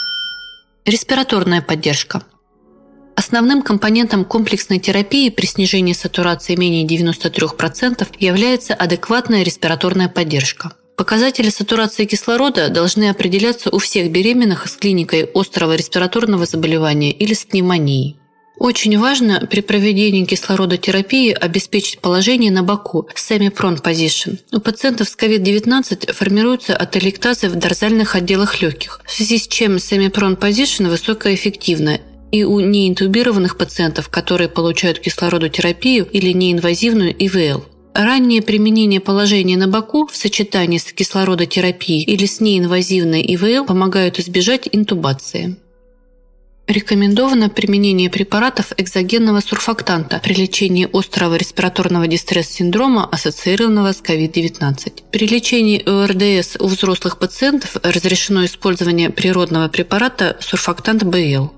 Респираторная поддержка. Основным компонентом комплексной терапии при снижении сатурации менее девяноста трёх процентов является адекватная респираторная поддержка. Показатели сатурации кислорода должны определяться у всех беременных с клиникой острого респираторного заболевания или с пневмонией. Очень важно при проведении кислородотерапии обеспечить положение на боку semi-prone position. У пациентов с ковид девятнадцать формируются ателектазы в дорзальных отделах легких, в связи с чем semi-prone position высокоэффективна и у неинтубированных пациентов, которые получают кислородотерапию или неинвазивную и вэ эл. Раннее применение положения на боку в сочетании с кислородотерапией или с неинвазивной и вэ эл помогают избежать интубации. Рекомендовано применение препаратов экзогенного сурфактанта при лечении острого респираторного дистресс-синдрома, ассоциированного с ковид девятнадцать. При лечении о эр дэ эс у взрослых пациентов разрешено использование природного препарата сурфактант бэ эл.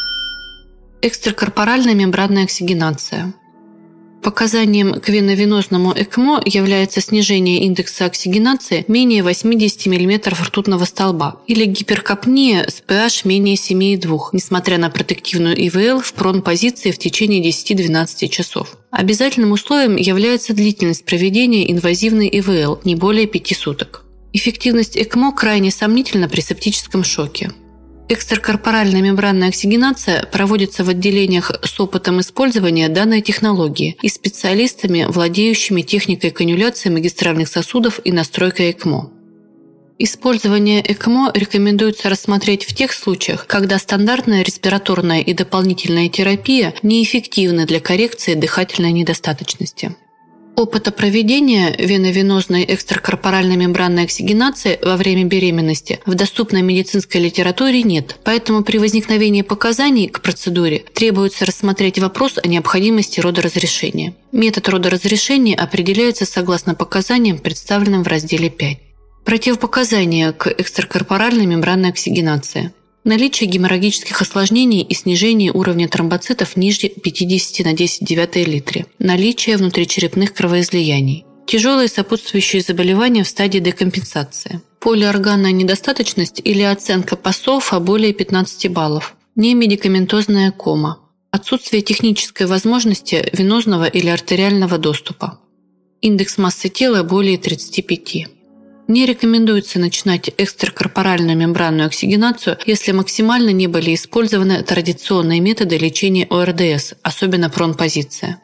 Экстракорпоральная мембранная оксигенация. Показанием к веновенозному ЭКМО является снижение индекса оксигенации менее восьмидесяти миллиметров ртутного столба или гиперкапния с pH менее семь целых две десятых, несмотря на протективную и вэ эл в прон-позиции в течение десяти-двенадцати часов. Обязательным условием является длительность проведения инвазивной и вэ эл, не более пяти суток. Эффективность ЭКМО крайне сомнительна при септическом шоке. Экстракорпоральная мембранная оксигенация проводится в отделениях с опытом использования данной технологии и специалистами, владеющими техникой канюляции магистральных сосудов и настройкой ЭКМО. Использование ЭКМО рекомендуется рассмотреть в тех случаях, когда стандартная респираторная и дополнительная терапия неэффективны для коррекции дыхательной недостаточности. Опыта проведения веновенозной экстракорпоральной мембранной оксигенации во время беременности в доступной медицинской литературе нет, поэтому при возникновении показаний к процедуре требуется рассмотреть вопрос о необходимости родоразрешения. Метод родоразрешения определяется согласно показаниям, представленным в разделе пять. Противопоказания к экстракорпоральной мембранной оксигенации. Наличие геморрагических осложнений и снижение уровня тромбоцитов ниже пятидесяти на десять девятых литре. Наличие внутричерепных кровоизлияний. Тяжелые сопутствующие заболевания в стадии декомпенсации. Полиорганная недостаточность или оценка ПАСОФа более пятнадцати баллов. Немедикаментозная кома. Отсутствие технической возможности венозного или артериального доступа. Индекс массы тела более тридцати пяти. Не рекомендуется начинать экстракорпоральную мембранную оксигенацию, если максимально не были использованы традиционные методы лечения о эр дэ эс, особенно прон-позиция.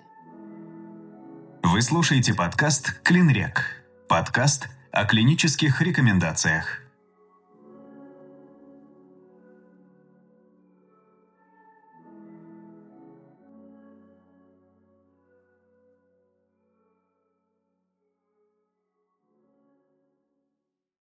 Вы слушаете подкаст «Клинрек». Подкаст о клинических рекомендациях.